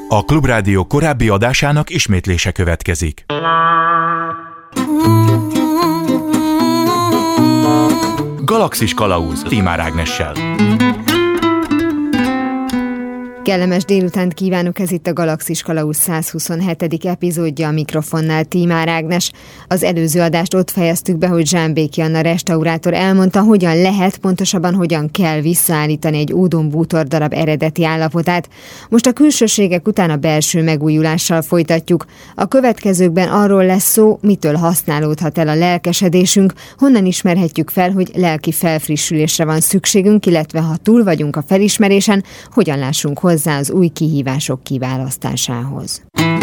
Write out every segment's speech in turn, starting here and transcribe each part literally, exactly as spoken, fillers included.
A Klubrádió korábbi adásának ismétlése következik. Galaxis Kalauz Tímár Ágnessel. Kellemes délutánt kívánok, ez itt a Galaxis Kalauz száz huszonhetedik epizódja, a mikrofonnál Tímár Ágnes. Az előző adást ott fejeztük be, hogy Zsámbéki Anna restaurátor elmondta, hogyan lehet, pontosabban hogyan kell visszaállítani egy ódon-bútor darab eredeti állapotát. Most a külsőségek után a belső megújulással folytatjuk. A következőkben arról lesz szó, mitől használódhat el a lelkesedésünk, honnan ismerhetjük fel, hogy lelki felfrissülésre van szükségünk, illetve ha túl vagyunk a felismerésen, hogyan lássunk hozzá az új kihívások kiválasztásához.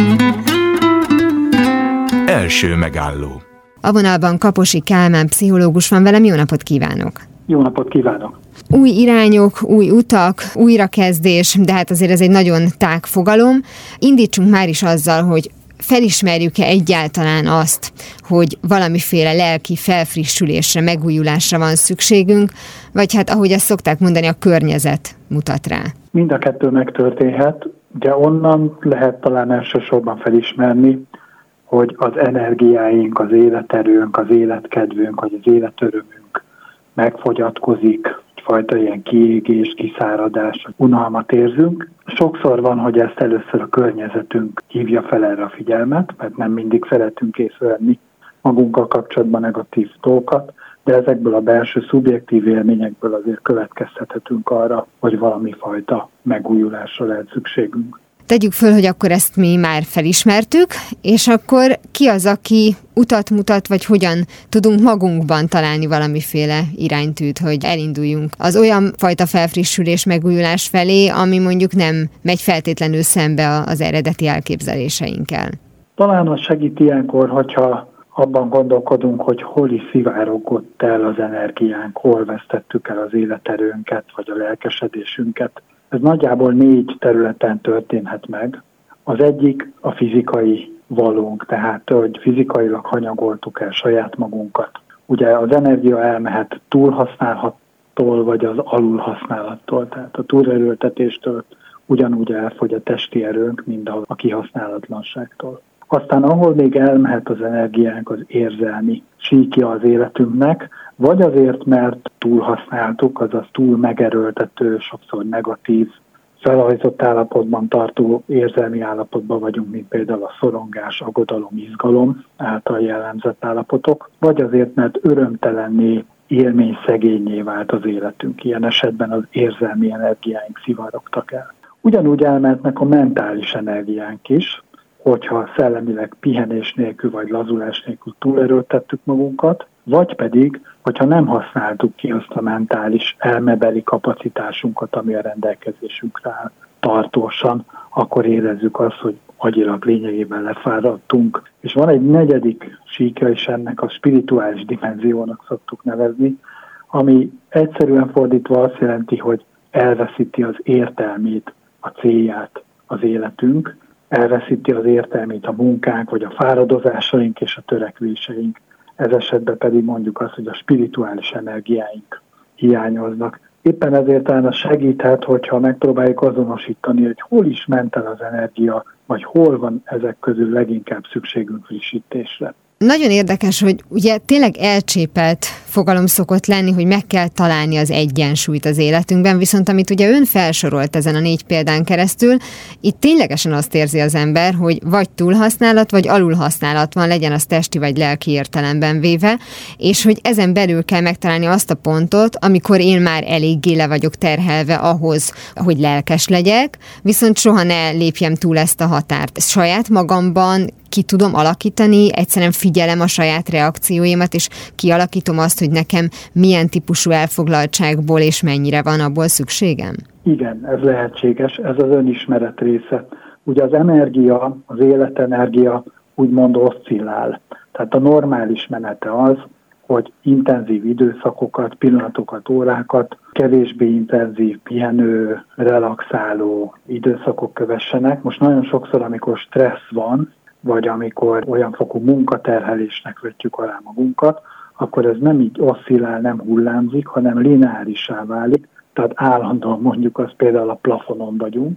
Első megálló. A vonalban Kaposi Kálmán pszichológus van velem, jó napot kívánok! Jó napot kívánok! Új irányok, új utak, újrakezdés, de hát azért ez egy nagyon tág fogalom. Indítsunk már is azzal, hogy felismerjük-e egyáltalán azt, hogy valamiféle lelki felfrissülésre, megújulásra van szükségünk, vagy hát ahogy ezt szokták mondani, a környezet mutat rá. Mind a kettő megtörténhet, de onnan lehet talán elsősorban felismerni, hogy az energiáink, az életerőnk, az életkedvünk, vagy az életörömünk megfogyatkozik, egyfajta ilyen kiégés, kiszáradás, unalmat érzünk. Sokszor van, hogy ezt először a környezetünk hívja fel erre a figyelmet, mert nem mindig szeretünk észrevenni magunkkal kapcsolatban negatív dolgokat, de ezekből a belső szubjektív élményekből azért következtethetünk arra, hogy valami fajta megújulásra lehet szükségünk. Tegyük föl, hogy akkor ezt mi már felismertük, és akkor ki az, aki utat mutat, vagy hogyan tudunk magunkban találni valamiféle iránytűt, hogy elinduljunk az olyan fajta felfrissülés, megújulás felé, ami mondjuk nem megy feltétlenül szembe az eredeti elképzeléseinkkel. Talán az segít ilyenkor, hogyha abban gondolkodunk, hogy hol is szivárogott el az energiánk, hol vesztettük el az életerőnket, vagy a lelkesedésünket. Ez nagyjából négy területen történhet meg. Az egyik a fizikai valónk, tehát hogy fizikailag hanyagoltuk el saját magunkat. Ugye az energia elmehet túlhasználattól, vagy az alulhasználattól, tehát a túlerőltetéstől ugyanúgy elfogy a testi erőnk, mint a kihasználatlanságtól. Aztán ahol még elmehet az energiánk, az érzelmi síkja az életünknek, vagy azért, mert túlhasználtuk, azaz túl megerőltető, sokszor negatív, felhajtott állapotban tartó érzelmi állapotban vagyunk, mint például a szorongás, aggodalom, izgalom által jellemzett állapotok, vagy azért, mert örömtelenné, élményszegénnyé vált az életünk. Ilyen esetben az érzelmi energiáink szivarogtak el. Ugyanúgy elmentnek a mentális energiánk is, hogyha szellemileg pihenés nélkül vagy lazulás nélkül túlerőltettük magunkat, vagy pedig, hogyha nem használtuk ki azt a mentális elmebeli kapacitásunkat, ami a rendelkezésünkre áll tartósan, akkor érezzük azt, hogy agyilag lényegében lefáradtunk. És van egy negyedik síkja is ennek, a spirituális dimenziónak szoktuk nevezni, ami egyszerűen fordítva azt jelenti, hogy elveszíti az értelmét, a célját az életünk, elveszíti az értelmét a munkánk, vagy a fáradozásaink és a törekvéseink. Ez esetben pedig mondjuk azt, hogy a spirituális energiáink hiányoznak. Éppen ezért talán az segíthet, hogyha megpróbáljuk azonosítani, hogy hol is ment el az energia, vagy hol van ezek közül leginkább szükségünk frissítésre. Nagyon érdekes, hogy ugye tényleg elcsépelt fogalom szokott lenni, hogy meg kell találni az egyensúlyt az életünkben, viszont amit ugye ön felsorolt ezen a négy példán keresztül, itt ténylegesen azt érzi az ember, hogy vagy túlhasználat, vagy alulhasználat van, legyen az testi vagy lelki értelemben véve, és hogy ezen belül kell megtalálni azt a pontot, amikor én már eléggé le vagyok terhelve ahhoz, hogy lelkes legyek, viszont soha ne lépjem túl ezt a határt. Saját magamban ki tudom alakítani, egyszerűen figyelem a saját reakcióimat, és kialakítom azt, hogy nekem milyen típusú elfoglaltságból és mennyire van abból szükségem? Igen, ez lehetséges, ez az önismeret része. Ugye az energia, az életenergia úgymond oszcillál. Tehát a normális menete az, hogy intenzív időszakokat, pillanatokat, órákat, kevésbé intenzív, pihenő, relaxáló időszakok kövessenek. Most nagyon sokszor, amikor stressz van, vagy amikor olyan fokú munkaterhelésnek vetjük alá magunkat, akkor ez nem így oszcillál, nem hullámzik, hanem lineárissá válik, tehát állandóan mondjuk az például a plafonon vagyunk,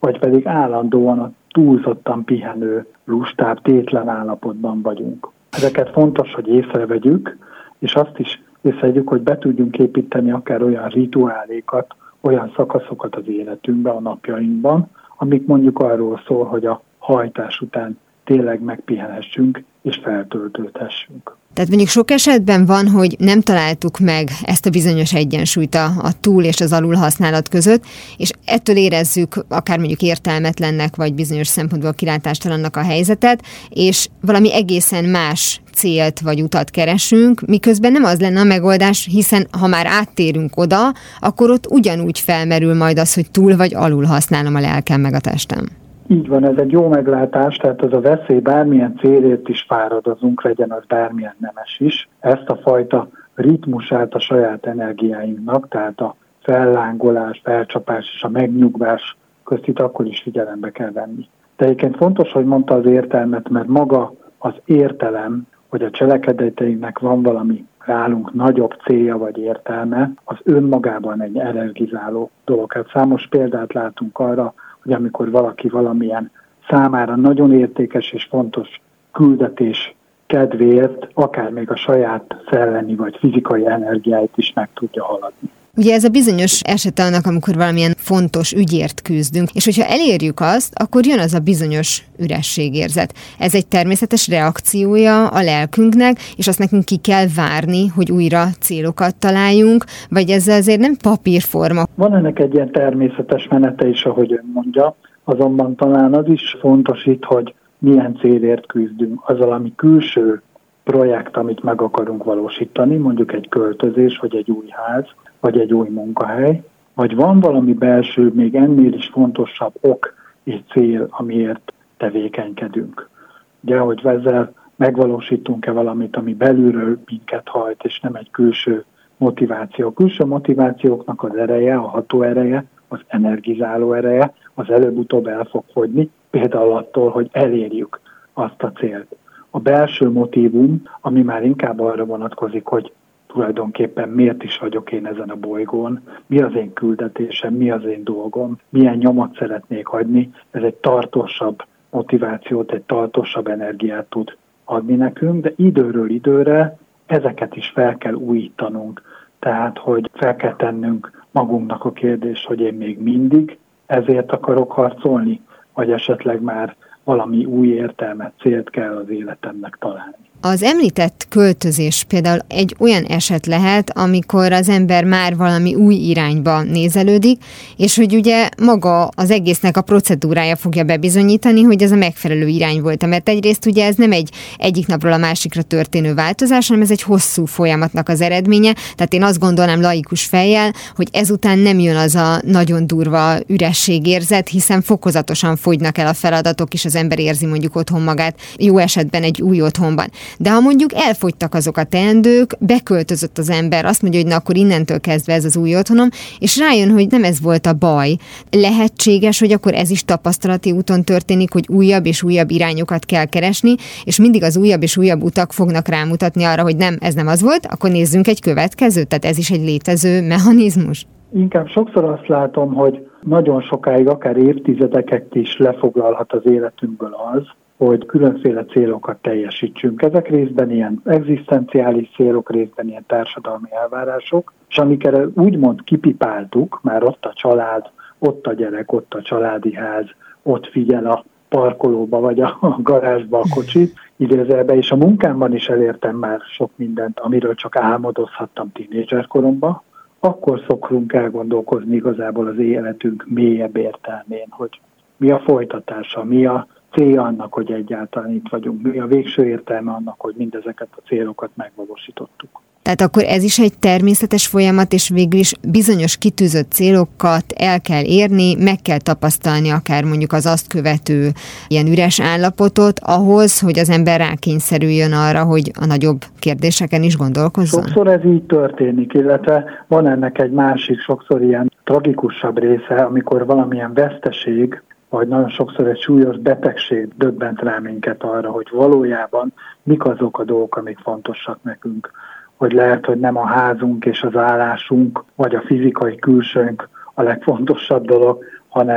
vagy pedig állandóan a túlzottan pihenő, lustább, tétlen állapotban vagyunk. Ezeket fontos, hogy észrevegyük, és azt is észrevegyük, hogy be tudjunk építeni akár olyan rituálékat, olyan szakaszokat az életünkben, a napjainkban, amik mondjuk arról szól, hogy a hajtás után tényleg megpihenhessünk és feltöltődhessünk. Tehát mondjuk sok esetben van, hogy nem találtuk meg ezt a bizonyos egyensúlyt a, a túl és az alul használat között, és ettől érezzük akár mondjuk értelmetlennek, vagy bizonyos szempontból kilátástalannak a helyzetet, és valami egészen más célt vagy utat keresünk, miközben nem az lenne a megoldás, hiszen ha már áttérünk oda, akkor ott ugyanúgy felmerül majd az, hogy túl vagy alul használom a lelkem meg a testem. Így van, ez egy jó meglátás, tehát az a veszély bármilyen célért is fáradozunk, legyen az bármilyen nemes is. Ezt a fajta ritmusát a saját energiáinknak, tehát a fellángolás, felcsapás és a megnyugvás közt itt akkor is figyelembe kell venni. De egyébként fontos, hogy mondta az értelmet, mert maga az értelem, hogy a cselekedeteinknek van valami rálunk nagyobb célja vagy értelme, az önmagában egy energizáló dolog. Hát számos példát látunk arra, hogy amikor valaki valamilyen számára nagyon értékes és fontos küldetés kedvéért, akár még a saját szellemi vagy fizikai energiáit is meg tudja haladni. Ugye ez a bizonyos esete annak, amikor valamilyen fontos ügyért küzdünk, és hogyha elérjük azt, akkor jön az a bizonyos ürességérzet. Ez egy természetes reakciója a lelkünknek, és azt nekünk ki kell várni, hogy újra célokat találjunk, vagy ez azért nem papírforma. Van ennek egy ilyen természetes menete is, ahogy ön mondja, azonban talán az is fontos itt, hogy milyen célért küzdünk. Azzal, ami külső projekt, amit meg akarunk valósítani, mondjuk egy költözés, vagy egy új ház, vagy egy új munkahely, vagy van valami belső, még ennél is fontosabb ok és cél, amiért tevékenykedünk. Ugye, hogy ezzel megvalósítunk-e valamit, ami belülről minket hajt, és nem egy külső motiváció. A külső motivációknak az ereje, a ható ereje, az energizáló ereje, az előbb-utóbb el fog fogyni, például attól, hogy elérjük azt a célt. A belső motívum, ami már inkább arra vonatkozik, hogy tulajdonképpen miért is vagyok én ezen a bolygón, mi az én küldetésem, mi az én dolgom, milyen nyomot szeretnék hagyni, ez egy tartósabb motivációt, egy tartósabb energiát tud adni nekünk, de időről időre ezeket is fel kell újítanunk. Tehát, hogy fel kell tennünk magunknak a kérdést, hogy én még mindig ezért akarok harcolni, vagy esetleg már valami új értelmet, célt kell az életemnek találni. Az említett költözés például egy olyan eset lehet, amikor az ember már valami új irányba nézelődik, és hogy ugye maga az egésznek a procedúrája fogja bebizonyítani, hogy ez a megfelelő irány volt. Mert egyrészt ugye ez nem egy egyik napról a másikra történő változás, hanem ez egy hosszú folyamatnak az eredménye. Tehát én azt gondolnám laikus fejjel, hogy ezután nem jön az a nagyon durva ürességérzet, hiszen fokozatosan fogynak el a feladatok, és az ember érzi mondjuk otthon magát, jó esetben egy új otthonban. De ha mondjuk elfogytak azok a teendők, beköltözött az ember, azt mondja, hogy na akkor innentől kezdve ez az új otthonom, és rájön, hogy nem ez volt a baj. Lehetséges, hogy akkor ez is tapasztalati úton történik, hogy újabb és újabb irányokat kell keresni, és mindig az újabb és újabb utak fognak rámutatni arra, hogy nem, ez nem az volt, akkor nézzünk egy következőt, tehát ez is egy létező mechanizmus. Inkább sokszor azt látom, hogy nagyon sokáig, akár évtizedeket is lefoglalhat az életünkből az, hogy különféle célokat teljesítsünk. Ezek részben ilyen egzisztenciális célok, részben ilyen társadalmi elvárások, és amikre úgymond kipipáltuk, már ott a család, ott a gyerek, ott a családi ház, ott figyel a parkolóba vagy a garázsba a kocsit, idézőjelben, és a munkámban is elértem már sok mindent, amiről csak álmodozhattam tínédzserkoromban, akkor szoktunk elgondolkozni igazából az életünk mélyebb értelmén, hogy mi a folytatása, mi a célja annak, hogy egyáltalán itt vagyunk, mi a végső értelme annak, hogy mindezeket a célokat megvalósítottuk. Tehát akkor ez is egy természetes folyamat, és végül is bizonyos kitűzött célokat el kell érni, meg kell tapasztalni akár mondjuk az azt követő ilyen üres állapotot ahhoz, hogy az ember rákényszerüljön arra, hogy a nagyobb kérdéseken is gondolkozzon? Sokszor ez így történik, illetve van ennek egy másik, sokszor ilyen tragikusabb része, amikor valamilyen veszteség, vagy nagyon sokszor egy súlyos betegség döbbent rá minket arra, hogy valójában mik azok a dolgok, amik fontosak nekünk. Hogy lehet, hogy nem a házunk és az állásunk, vagy a fizikai külsőnk a legfontosabb dolog, hanem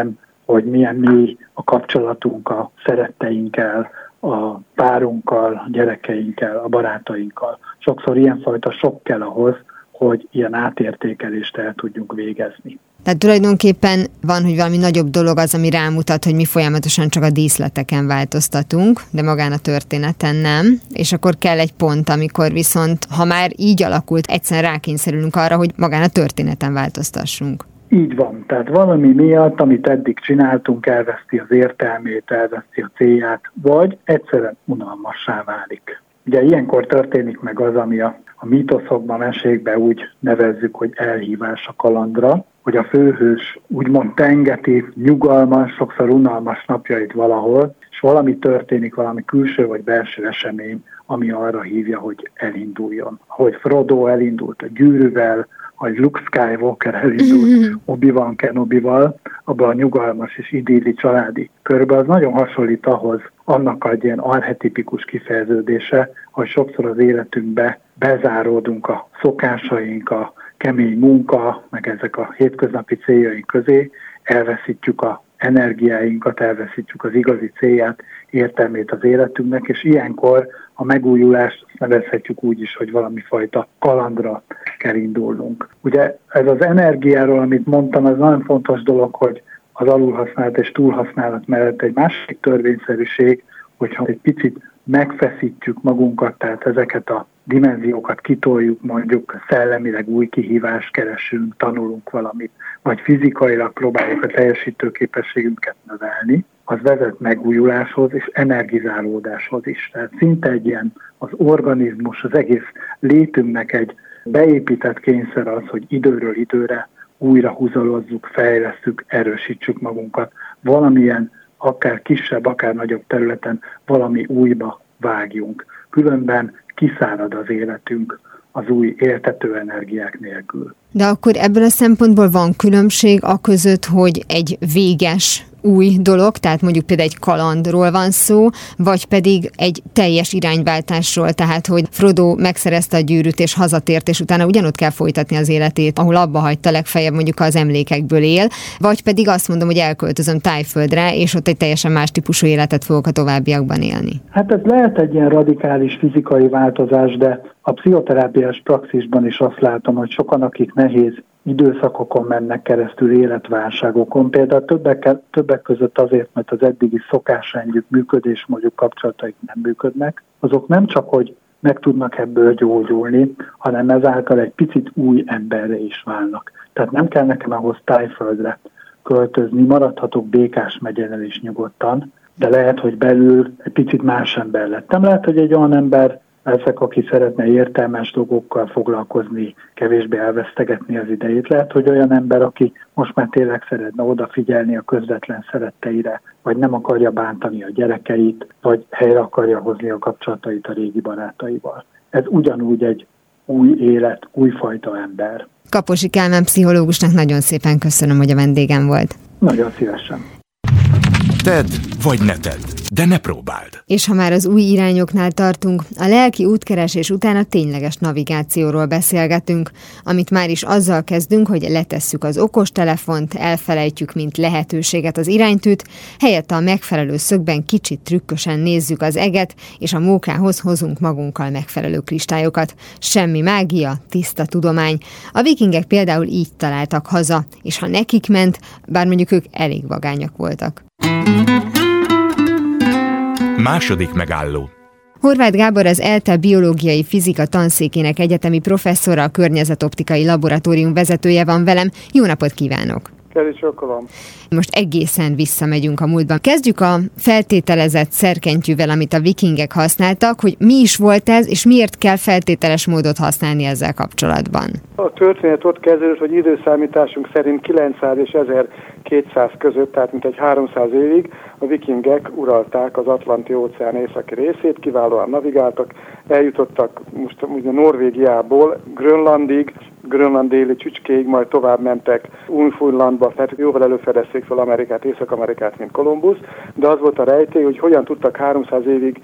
hogy milyen mély a kapcsolatunk a szeretteinkkel, a párunkkal, a gyerekeinkkel, a barátainkkal. Sokszor ilyenfajta sok kell ahhoz, hogy ilyen átértékelést el tudjunk végezni. Tehát tulajdonképpen van, hogy valami nagyobb dolog az, ami rámutat, hogy mi folyamatosan csak a díszleteken változtatunk, de magán a történeten nem, és akkor kell egy pont, amikor viszont, ha már így alakult, egyszerűen rákényszerülünk arra, hogy magán a történeten változtassunk. Így van. Tehát valami miatt, amit eddig csináltunk, elveszti az értelmét, elveszti a célját, vagy egyszerűen unalmassá válik. Ugye ilyenkor történik meg az, ami a, a mítoszokban, mesékben úgy nevezzük, hogy elhívás a kalandra, hogy a főhős úgymond tengeti, nyugalmas, sokszor unalmas napjait valahol, és valami történik, valami külső vagy belső esemény, ami arra hívja, hogy elinduljon. Ahogy Frodo elindult a gyűrűvel, ahogy Luke Skywalker elindult Obi-Wan Kenobival, abban a nyugalmas és idilli családi körbe, az nagyon hasonlít ahhoz, annak egy ilyen archetipikus kifejeződése, hogy sokszor az életünkbe bezáródunk a szokásaink, a kemény munka, meg ezek a hétköznapi céljaink közé, elveszítjük a energiáinkat, elveszítjük az igazi célját, értelmét az életünknek, és ilyenkor a megújulást nevezhetjük úgy is, hogy valami fajta kalandra kell indulnunk. Ugye ez az energiáról, amit mondtam, az nagyon fontos dolog, hogy az alulhasználat és túlhasználat mellett egy másik törvényszerűség, hogyha egy picit megfeszítjük magunkat, tehát ezeket a dimenziókat kitoljuk, mondjuk szellemileg új kihívást keresünk, tanulunk valamit, vagy fizikailag próbáljuk a teljesítőképességünket növelni, az vezet megújuláshoz és energizálódáshoz is. Tehát szinte egy ilyen az organizmus, az egész létünknek egy beépített kényszer az, hogy időről időre újra húzalozzuk, fejlesztjük, erősítsük magunkat. Valamilyen, akár kisebb, akár nagyobb területen valami újba vágjunk. Különben kiszárad az életünk az új éltető energiák nélkül. De akkor ebből a szempontból van különbség a között, hogy egy véges új dolog, tehát mondjuk például egy kalandról van szó, vagy pedig egy teljes irányváltásról, tehát hogy Frodo megszerezte a gyűrűt és hazatért, és utána ugyanott kell folytatni az életét, ahol abba hagyta, legfeljebb mondjuk az emlékekből él, vagy pedig azt mondom, hogy elköltözöm Tájföldre, és ott egy teljesen más típusú életet fogok a továbbiakban élni. Hát ez lehet egy ilyen radikális fizikai változás, de a pszichoterápiás praxisban is azt látom, hogy sokan, akik nehéz időszakokon mennek keresztül, életválságokon, például többek, többek között azért, mert az eddigi szokásrendjük, működés, mondjuk kapcsolataik nem működnek, azok nem csak, hogy meg tudnak ebből gyógyulni, hanem ezáltal egy picit új emberre is válnak. Tehát nem kell nekem ahhoz Tájföldre költözni, maradhatok Békás megyén is nyugodtan, de lehet, hogy belül egy picit más ember lettem. Lehet, hogy egy olyan ember leszek, aki szeretne értelmes dolgokkal foglalkozni, kevésbé elvesztegetni az idejét. Lehet, hogy olyan ember, aki most már tényleg szeretne odafigyelni a közvetlen szeretteire, vagy nem akarja bántani a gyerekeit, vagy helyre akarja hozni a kapcsolatait a régi barátaival. Ez ugyanúgy egy új élet, újfajta ember. Kaposi Kálmán pszichológusnak nagyon szépen köszönöm, hogy a vendégem volt. Nagyon szívesen. Tedd, vagy ne tedd, de ne próbáld. És ha már az új irányoknál tartunk, a lelki útkeresés után a tényleges navigációról beszélgetünk, amit már is azzal kezdünk, hogy letesszük az okostelefont, elfelejtjük, mint lehetőséget az iránytűt, helyette a megfelelő szögben kicsit trükkösen nézzük az eget, és a mókához hozunk magunkkal megfelelő kristályokat. Semmi mágia, tiszta tudomány. A vikingek például így találtak haza, és ha nekik ment, bár mondjuk ők elég vagányak voltak. Második megálló. Horváth Gábor az ELTE biológiai fizika tanszékének egyetemi professzora, a környezetoptikai laboratórium vezetője van velem. Jó napot kívánok! Kerésokolom. Most egészen visszamegyünk a múltba. Kezdjük a feltételezett szerkentyűvel, amit a vikingek használtak, hogy mi is volt ez, és miért kell feltételes módot használni ezzel kapcsolatban. A történet ott kezdődött, hogy időszámításunk szerint kilencszáz és ezerkétszáz között, tehát mintegy háromszáz évig a vikingek uralták az Atlanti-óceán északi részét, kiválóan navigáltak, eljutottak most ugye Norvégiából Grönlandig, Grönland déli csücskéig, majd tovább mentek Új-Fullandba, tehát jóval előfedezték fel Amerikát, Észak-Amerikát, mint Kolumbusz, de az volt a rejtély, hogy hogyan tudtak háromszáz évig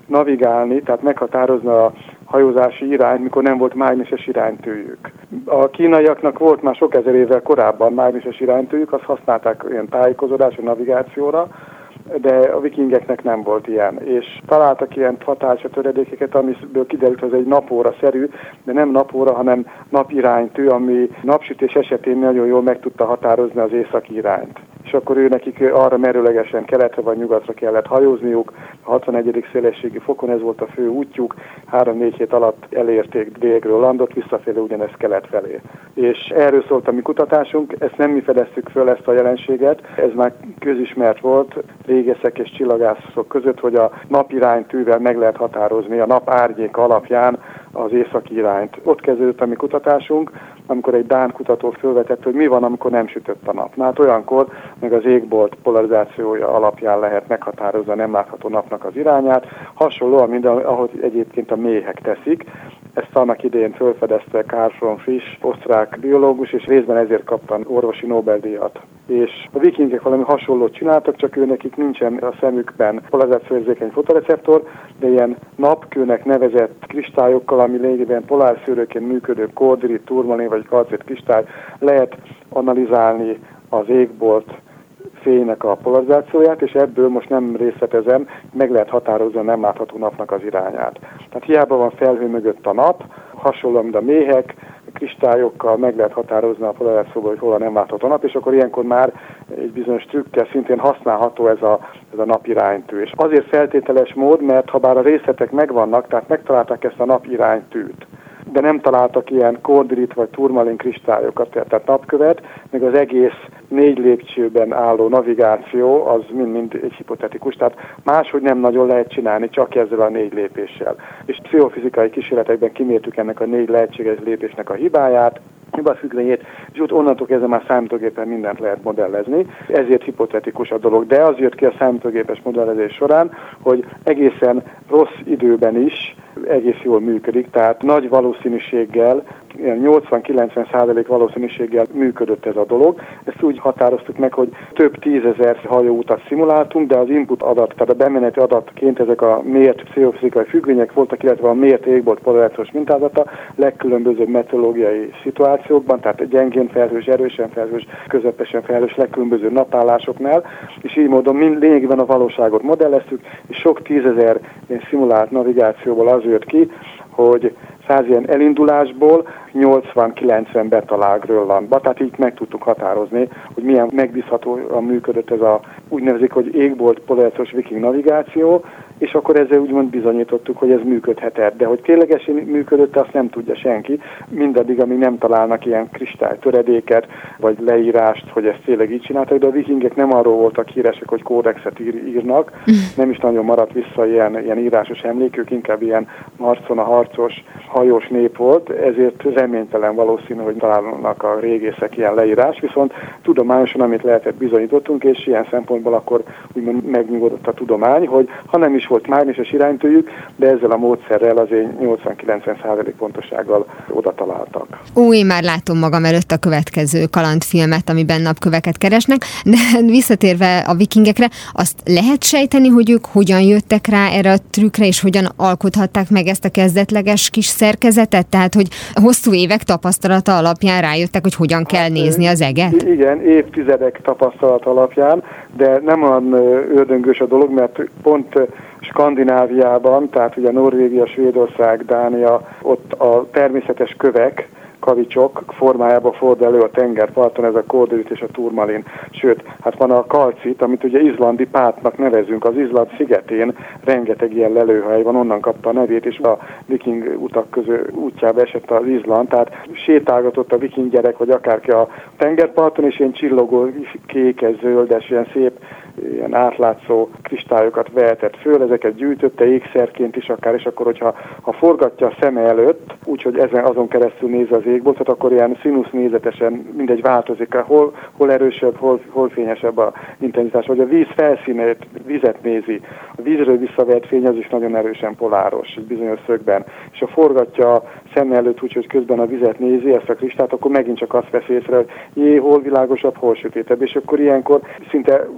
navigálni, tehát meghatározni a hajózási irányt, mikor nem volt mágneses iránytűjük. A kínaiaknak volt már sok ezer évvel korábban mágneses iránytűjük, azt használták ilyen tájékozódásra, navigációra, de a vikingeknek nem volt ilyen. És találtak ilyen fatálsa töredékeket, amiből kiderült, hogy ez egy napóra-szerű, de nem napóra, hanem napiránytű, ami napsütés esetén nagyon jól meg tudta határozni az északi irányt. És akkor ő nekik arra merőlegesen keletre vagy nyugatra kellett hajózniuk, a hatvanegyedik szélességi fokon ez volt a fő útjuk, három-négy hét alatt elérték délről landot, visszafelé ugyanezt kelet felé. És erről szólt a mi kutatásunk, ezt nem mi fedeztük föl, ezt a jelenséget, ez már közismert volt régészek és csillagászok között, hogy a napiránytűvel meg lehet határozni a nap árnyéka alapján az északi irányt. Ott kezdődött a mi kutatásunk, amikor egy dán kutató felvetett, hogy mi van, amikor nem sütött a nap. Na hát olyankor meg az égbolt polarizációja alapján lehet meghatározni a nem látható napnak az irányát, hasonlóan, mint ahogy egyébként a méhek teszik. Ezt annak idején felfedezte Karl von Frisch, osztrák biológus, és részben ezért kapta orvosi Nobel-díjat. És a vikingek valami hasonlót csináltak, csak ő nekik nincsen a szemükben polarizációérzékeny fotoreceptor, de ilyen napkőnek nevezett kristályokkal, ami lényegében polárszűrőként működő kordirit, turmalin vagy kalcit kristály lehet analizálni az égbolt fénynek a polarizációját, és ebből most nem részletezem, meg lehet határozni a nem látható napnak az irányát. Tehát hiába van felhő mögött a nap, hasonlóan, mint a méhek, kristályokkal meg lehet határozni a polarizációból, hogy hol a nem látható nap, és akkor ilyenkor már egy bizonyos trükkel szintén használható ez a, ez a napiránytű. És azért feltételes mód, mert ha bár a részletek megvannak, tehát megtalálták ezt a napiránytűt, de nem találtak ilyen kordirit vagy turmalin kristályokat, tehát napkövet, meg az egész négy lépcsőben álló navigáció az mind-mind egy hipotetikus, tehát máshogy nem nagyon lehet csinálni, csak ezzel a négy lépéssel. És pszichofizikai kísérletekben kimértük ennek a négy lehetséges lépésnek a hibáját, hibafüggvényét, és úgy onnantól kezdve már számítógépen mindent lehet modellezni. Ezért hipotetikus a dolog, de az jött ki a számítógépes modellezés során, hogy egészen rossz időben is egész jól működik, tehát nagy valószínűséggel, nyolcvan-kilencven százalék valószínűséggel működött ez a dolog. Ezt úgy határoztuk meg, hogy több tízezer hajóutat szimuláltunk, de az input adat, tehát a bemeneti adatként ezek a mért pszichofizikai függvények voltak, illetve a mért égbolt polarizációs mintázata legkülönbözőbb meteorológiai szituációkban, tehát gyengén felhős, erősen felhős, közepesen felhős, legkülönbözőbb napállásoknál, és így módon mind lényegében a valóságot modelleztük, és sok tízezer szimulált navigációból az jött ki, hogy száz ilyen elindulásból nyolcvan-kilencven betalál Grönlandba, tehát így meg tudtuk határozni, hogy milyen megbízhatóan működött ez a úgynevezik, hogy égbolt polarizációs viking navigáció, és akkor ezzel úgymond bizonyítottuk, hogy ez működhetett, de hogy ténylegesen működött, azt nem tudja senki, mindaddig, amíg nem találnak ilyen kristálytöredéket, vagy leírást, hogy ezt tényleg így csináltak, de a vikingek nem arról voltak híresek, hogy kódexet ír, írnak, nem is nagyon maradt vissza ilyen, ilyen írásos emlékük, inkább ilyen harcon a harcos, hajós nép volt, ezért reménytelen valószínű, hogy találnak a régészek ilyen leírás, viszont tudományosan, amit lehetett, bizonyítottunk, és ilyen szempontból akkor úgymond megnyugodott a tudomány, hogy ha nem is volt mágneses iránytűjük, de ezzel a módszerrel azért nyolcvan-kilencven százalék pontossággal oda találtak. Ó, én már látom magam előtt a következő kalandfilmet, amiben napköveket keresnek, de visszatérve a vikingekre, azt lehet sejteni, hogy ők hogyan jöttek rá erre a trükkre, és hogyan alkothatták meg ezt a kezdetleges kis szerkezetet? Tehát, hogy hosszú évek tapasztalata alapján rájöttek, hogy hogyan kell hát, nézni az eget? Igen, évtizedek tapasztalat alapján, de nem olyan ördöngős a dolog, mert pont Skandináviában, tehát ugye Norvégia, Svédország, Dánia, ott a természetes kövek, kavicsok formájába fordul elő a tengerparton ez a kordirit és a turmalin. Sőt, hát van a kalcit, amit ugye izlandi pátnak nevezünk. Az Izland szigetén rengeteg ilyen lelőhely van, onnan kapta a nevét, és a viking utak közül útjába esett az Izland. Tehát sétálgatott a viking gyerek, vagy akárki a tengerparton, és ilyen csillogó, kékes, zöldes, ilyen szép, ilyen átlátszó kristályokat vehetett föl, ezeket gyűjtötte ékszerként is akár, és akkor, hogyha ha forgatja a szeme előtt, úgyhogy ezen azon keresztül nézi az égboltot, akkor ilyen színusz nézetesen mindegy változik, hol, hol erősebb, hol, hol fényesebb a intenzitás, vagy a víz felszínét, vizet nézi. A vízről visszavett fény az is nagyon erősen poláros, egy bizonyos szögben. És ha forgatja a szeme előtt úgy, hogy közben a vizet nézi, ezt a kristályt, akkor megint csak azt vesz észre, hogy jé, hol világosabb, hol sötétebb, és akkor ilyenkor szinte szükség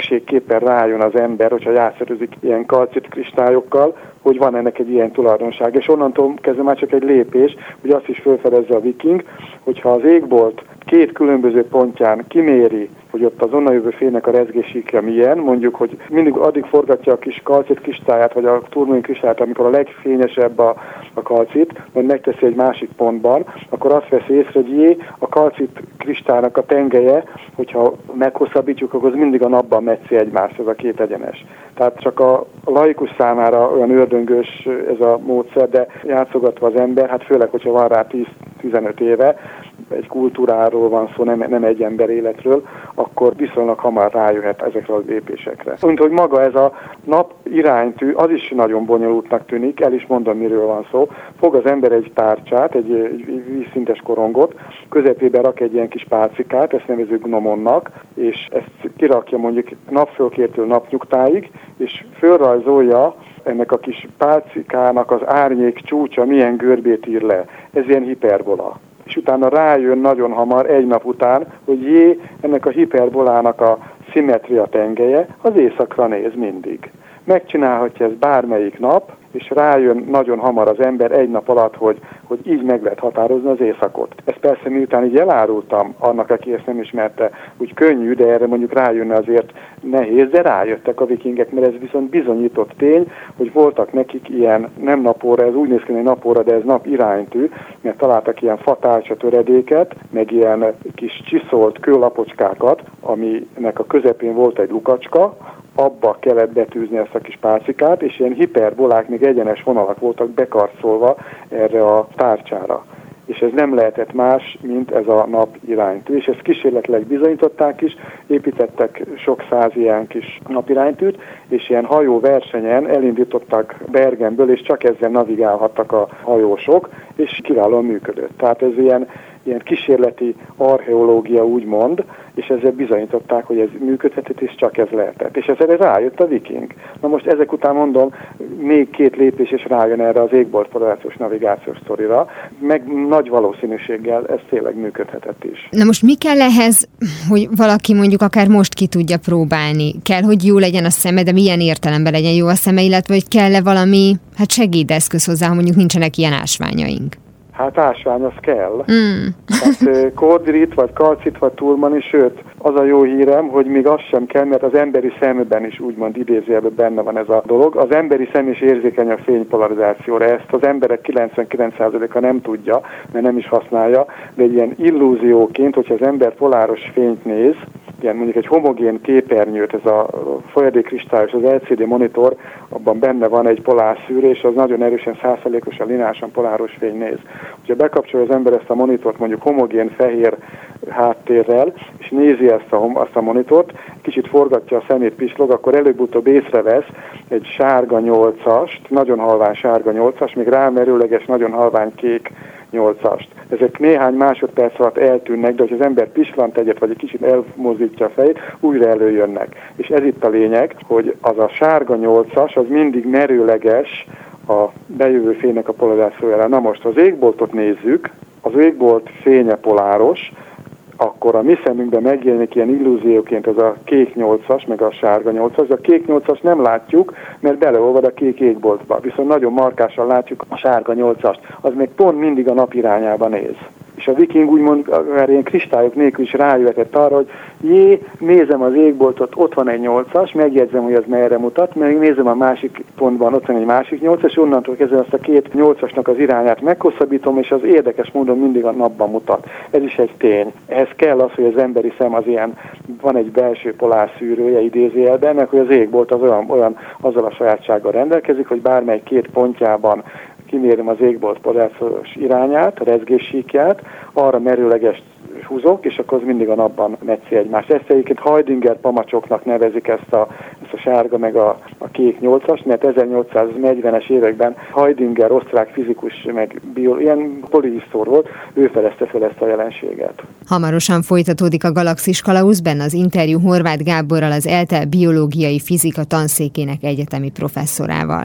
mélységképpen rájön az ember, hogyha játszörözik ilyen kalcitkristályokkkal, hogy van ennek egy ilyen tulajdonság. És onnantól kezdve már csak egy lépés, hogy azt is felfedezze a viking, hogyha az égbolt két különböző pontján kiméri, hogy ott az onnan jövő fénynek a rezgésíkja milyen, mondjuk, hogy mindig addig forgatja a kis kalcit kristályát, vagy a turmalin kristályát, amikor a legfényesebb a, a kalcit, vagy megteszi egy másik pontban, akkor azt veszi észre, hogy jé, a kalcit kristálynak a tengelye, hogyha meghosszabbítjuk, akkor az mindig a napban metszi egymást, ez a két egyenes. Tehát csak a laikus számára olyan ördöngős ez a módszer, de játszogatva az ember, hát főleg, hogyha van rá tíz-tizenöt éve, egy kultúráról van szó, nem, nem egy ember életről, akkor viszonylag hamar rájöhet ezekre a lépésekre. Mint hogy maga ez a nap iránytű, az is nagyon bonyolultnak tűnik, el is mondom, miről van szó. Fog az ember egy tárcsát, egy, egy vízszintes korongot, közepébe rak egy ilyen kis pálcikát, ezt nevezzük gnomonnak, és ezt kirakja mondjuk napfölkértől napnyugtáig, és fölrajzolja ennek a kis pálcikának az árnyék csúcsa milyen görbét ír le. Ez ilyen hiperbola. És utána rájön nagyon hamar, egy nap után, hogy jé, ennek a hiperbolának a szimmetria tengelye az északra néz mindig. Megcsinálhatja ezt bármelyik nap, és rájön nagyon hamar az ember egy nap alatt, hogy, hogy így meg lehet határozni az északot. Ezt persze miután így elárultam annak, aki ezt nem ismerte, úgy könnyű, de erre mondjuk rájönne azért nehéz, de rájöttek a vikingek, mert ez viszont bizonyított tény, hogy voltak nekik ilyen, nem napóra, ez úgy néz ki, hogy napóra, de ez nap iránytű, mert találtak ilyen fatálcsa töredéket, meg ilyen kis csiszolt kőlapocskákat, aminek a közepén volt egy lukacska, abba kellett betűzni ezt a kis pálcikát, és ilyen hiperbolák, még egyenes vonalak voltak bekarcolva erre a tárcsára. És ez nem lehetett más, mint ez a nap iránytű. És ezt kísérletileg bizonyították is, építettek sok száz ilyen kis napiránytűt, és ilyen hajóversenyen elindítottak Bergenből, és csak ezzel navigálhattak a hajósok, és kiválóan működött. Tehát ez ilyen, ilyen kísérleti archeológia úgymond, és ezzel bizonyították, hogy ez működhetett, és csak ez lehetett. És ezzel rájött a viking. Na most ezek után mondom, még két lépés és rájön erre az égboltforrációs navigációs sztorira, meg nagy valószínűséggel ez tényleg működhetett is. Na most mi kell ehhez, hogy valaki mondjuk akár most ki tudja próbálni? Kell, hogy jó legyen a szeme, de milyen értelemben legyen jó a szeme, illetve hogy kell-e valami hát segédeszköz hozzá, ha mondjuk nincsenek ilyen ásványaink? Hát ásvány az kell. Mm. Hát kordrit, vagy kalcit, vagy turmalin, sőt, az a jó hírem, hogy még az sem kell, mert az emberi szemben is úgymond idézőjelben benne van ez a dolog. Az emberi szem is érzékeny a fénypolarizációra. Ezt az emberek kilencvenkilenc százaléka nem tudja, mert nem is használja, de egy ilyen illúzióként, hogyha az ember poláros fényt néz, ilyen mondjuk egy homogén képernyőt, ez a folyadékkristályos, az el cé dé monitor, abban benne van egy polárszűrő, és az nagyon erősen százszázalékosan lineárisan poláros fény néz. Ha bekapcsolja az ember ezt a monitort mondjuk homogén fehér háttérrel, és nézi ezt a, azt a monitort, kicsit forgatja a szemét, pislog, akkor előbb-utóbb észrevesz egy sárga nyolcast, nagyon halvány sárga nyolcast, még rámerőleges, nagyon halvány kék nyolcast. Ezek néhány másodperc alatt eltűnnek, de ha az ember pislant egyet, vagy egy kicsit elmozdítja a fejét, újra előjönnek. És ez itt a lényeg, hogy az a sárga nyolcas, az mindig merőleges a bejövő fénynek a polarizációjára. Na most, ha az égboltot nézzük, az égbolt fénye poláros, akkor a mi szemünkben megjelenik ilyen illúzióként ez a kék nyolcas, meg a sárga nyolcas. A kék nyolcas nem látjuk, mert beleolvad a kék égboltba. Viszont nagyon markásan látjuk a sárga nyolcast. Az még pont mindig a nap irányába néz. És a viking úgymond ilyen kristályok nélkül is rájöhetett arra, hogy jé, nézem az égboltot, ott van egy nyolcas, megjegyzem, hogy az merre mutat, meg nézem a másik pontban, ott van egy másik nyolcas, és onnantól kezdve azt a két nyolcasnak az irányát meghosszabbítom, és az érdekes módon mindig a napban mutat. Ez is egy tény. Ehhez kell az, hogy az emberi szem az ilyen, van egy belső polárszűrője idézőjelben, meg hogy az égbolt az olyan, olyan azzal a sajátsággal rendelkezik, hogy bármely két pontjában kimérem az égbolt polarizációs irányát, a rezgéssíkját, arra merőleges húzok, és akkor az mindig a napban metszi egymást. Ezt egyébként Heidinger pamacsoknak nevezik ezt a, ezt a sárga meg a, a kék nyolcas, mert ezernyolcszáznegyvenes években Heidinger, osztrák fizikus, meg bio, ilyen polihisztor volt, ő fedezte fel ezt a jelenséget. Hamarosan folytatódik a Galaxis Kalauz, benne az interjú Horváth Gáborral, az ELTE biológiai fizika tanszékének egyetemi professzorával.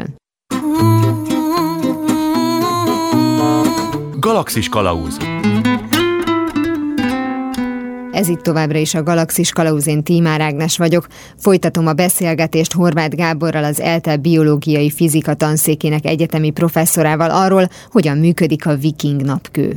Galaxis Kalauz. Ez itt továbbra is a Galaxis Kalauz, én Tímár Ágnes vagyok. Folytatom a beszélgetést Horváth Gáborral, az ELTE biológiai fizika tanszékének egyetemi professzorával arról, hogyan működik a Viking napkő.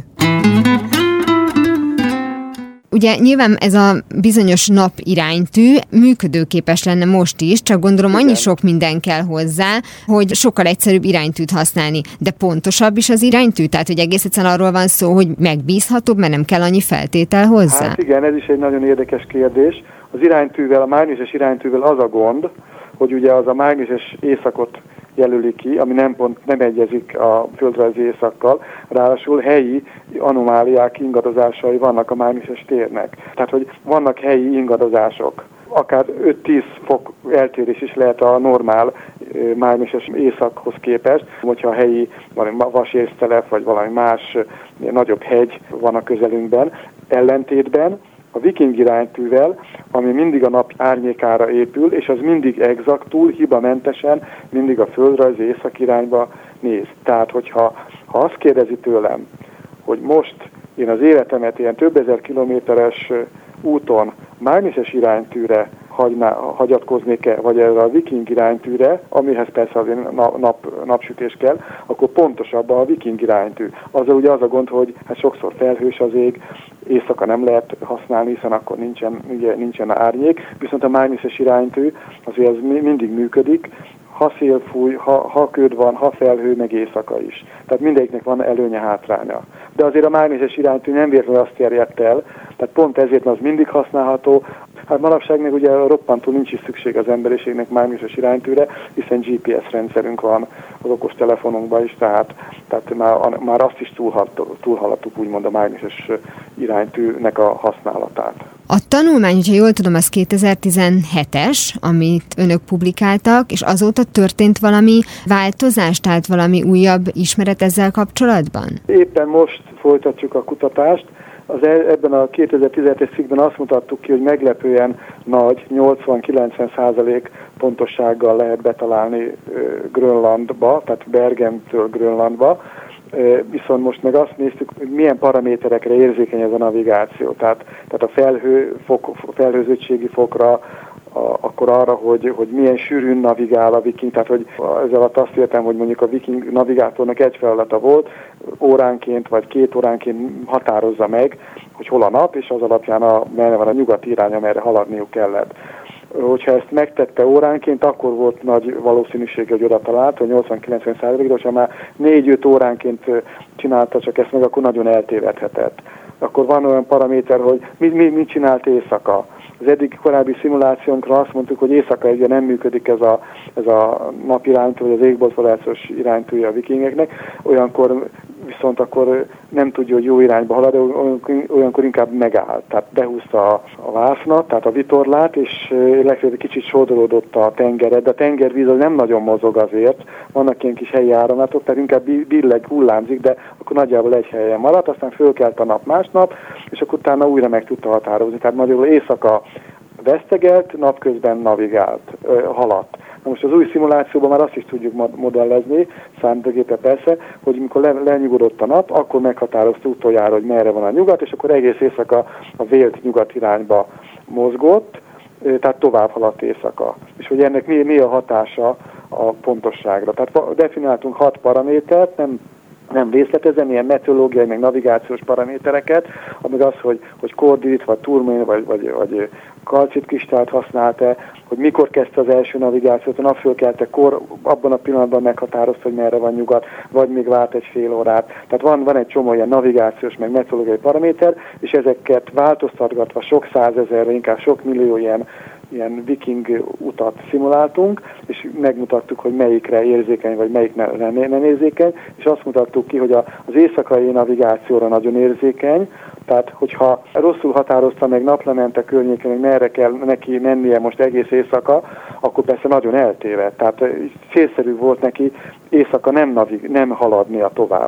Ugye nyilván ez a bizonyos napiránytű működőképes lenne most is, csak gondolom annyi sok minden kell hozzá, hogy sokkal egyszerűbb iránytűt használni. De pontosabb is az iránytű? Tehát, hogy egész egyszerűen arról van szó, hogy megbízhatóbb, mert nem kell annyi feltétel hozzá? Hát igen, ez is egy nagyon érdekes kérdés. Az iránytűvel, a mágneses iránytűvel az a gond, hogy ugye az a mágneses éjszakot jelöli ki, ami nem pont nem egyezik a földrajzi éjszakkal, ráadásul helyi anomáliák, ingadozásai vannak a mágneses térnek. Tehát, hogy vannak helyi ingadozások. Akár öt-tíz fok eltérés is lehet a normál mágneses éjszakhoz képest, hogyha a helyi valami vasésztelep, vagy valami más nagyobb hegy van a közelünkben. Ellentétben a Viking iránytűvel, ami mindig a nap árnyékára épül, és az mindig exaktul, hibamentesen, mindig a földrajzi északirányba néz. Tehát, hogyha ha azt kérdezi tőlem, hogy most én az életemet ilyen több ezer kilométeres úton mágneses iránytűre hagyná, hagyatkoznék-e, vagy erre a Viking iránytűre, amihez persze azért nap, napsütés kell, akkor pontosabban a Viking iránytű. Azzal ugye az a gond, hogy hát sokszor felhős az ég, éjszaka nem lehet használni, hiszen akkor nincsen, ugye, nincsen árnyék, viszont a mágneses iránytű azért az mindig működik, ha szél fúj, ha, ha köd van, ha felhő, meg éjszaka is. Tehát mindegyiknek van előnye, hátránya. De azért a mágneses iránytű nem véletlenül azt terjedt el, tehát pont ezért az mindig használható. Hát manapság még ugye roppantól nincs is szükség az emberiségnek mágneses iránytűre, hiszen gé pé es rendszerünk van az okos telefonunkban is, tehát, tehát már, már azt is túlhaladtuk úgymond a mágneses iránytűnek a használatát. A tanulmány, hogyha jól tudom, az kétezer-tizenhetes, amit önök publikáltak, és azóta történt valami változás, tehát valami újabb ismeret ezzel kapcsolatban? Éppen most folytatjuk a kutatást. Az ebben a kétezer-tizenhetes cikkben azt mutattuk ki, hogy meglepően nagy, nyolcvan-kilencven százalék pontossággal lehet betalálni Grönlandba, tehát Bergentől Grönlandba. Viszont most meg azt néztük, hogy milyen paraméterekre érzékeny ez a navigáció. Tehát, tehát a felhő, fok, felhőzöttségi fokra, a, akkor arra, hogy, hogy milyen sűrűn navigál a Viking, tehát hogy ezzel alatt azt értem, hogy mondjuk a Viking navigátornak egy feladata volt, óránként vagy két óránként határozza meg, hogy hol a nap, és az alapján a, merre van a nyugati irány, amerre haladniuk kellett. Hogyha ezt megtette óránként, akkor volt nagy valószínűség, hogy oda talált, hogy nyolcvan-kilencven százalék, de ha már négy-öt óránként csinálta csak ezt meg, akkor nagyon eltévedhetett. Akkor van olyan paraméter, hogy mit, mit, mit csinált éjszaka. Az eddig korábbi szimulációnkra azt mondtuk, hogy éjszaka ugye nem működik ez a, ez a napiránytű, vagy az égboltvadászos iránytűje a vikingeknek, olyankor viszont akkor nem tudja, hogy jó irányba halad, de olyankor inkább megáll. Tehát behúzta a, a vásznat, tehát a vitorlát, és legfeljebb egy kicsit sodródott a tengered, de a tengervíz az nem nagyon mozog azért, vannak ilyen kis helyi áramlatok, tehát inkább billeg, hullámzik, de akkor nagyjából egy helyen maradt, aztán fölkelt a nap másnap, és akkor utána újra meg tudta határozni. Tehát nagyjából éjszaka vesztegelt, napközben navigált, haladt. Na most az új szimulációban már azt is tudjuk modellezni, számítógépe persze, hogy amikor le, lenyugodott a nap, akkor meghatározta utoljára, hogy merre van a nyugat, és akkor egész éjszaka a vélt nyugat irányba mozgott, tehát tovább haladt éjszaka. És hogy ennek mi, mi a hatása a pontosságra. Tehát definiáltunk hat paramétert, nem nem részletezem, ilyen meteorológiai, meg navigációs paramétereket, amíg az, hogy, hogy koordinit, vagy turmain, vagy, vagy, vagy kalcitkristályt használt-e, hogy mikor kezdte az első navigációt, a nap fölkelte, kor abban a pillanatban meghatározta, hogy merre van nyugat, vagy még várt egy fél órát. Tehát van, van egy csomó ilyen navigációs, meg meteorológiai paraméter, és ezeket változtatgatva sok százezerre, inkább sok millió ilyen ilyen viking utat szimuláltunk, és megmutattuk, hogy melyikre érzékeny, vagy melyik nem, nem érzékeny, és azt mutattuk ki, hogy az éjszakai navigációra nagyon érzékeny, tehát hogyha rosszul határozta meg naplemente környéken, hogy merre kell neki mennie most egész éjszaka, akkor persze nagyon eltévedt. Tehát célszerű volt neki éjszaka nem, navig, nem haladnia tovább.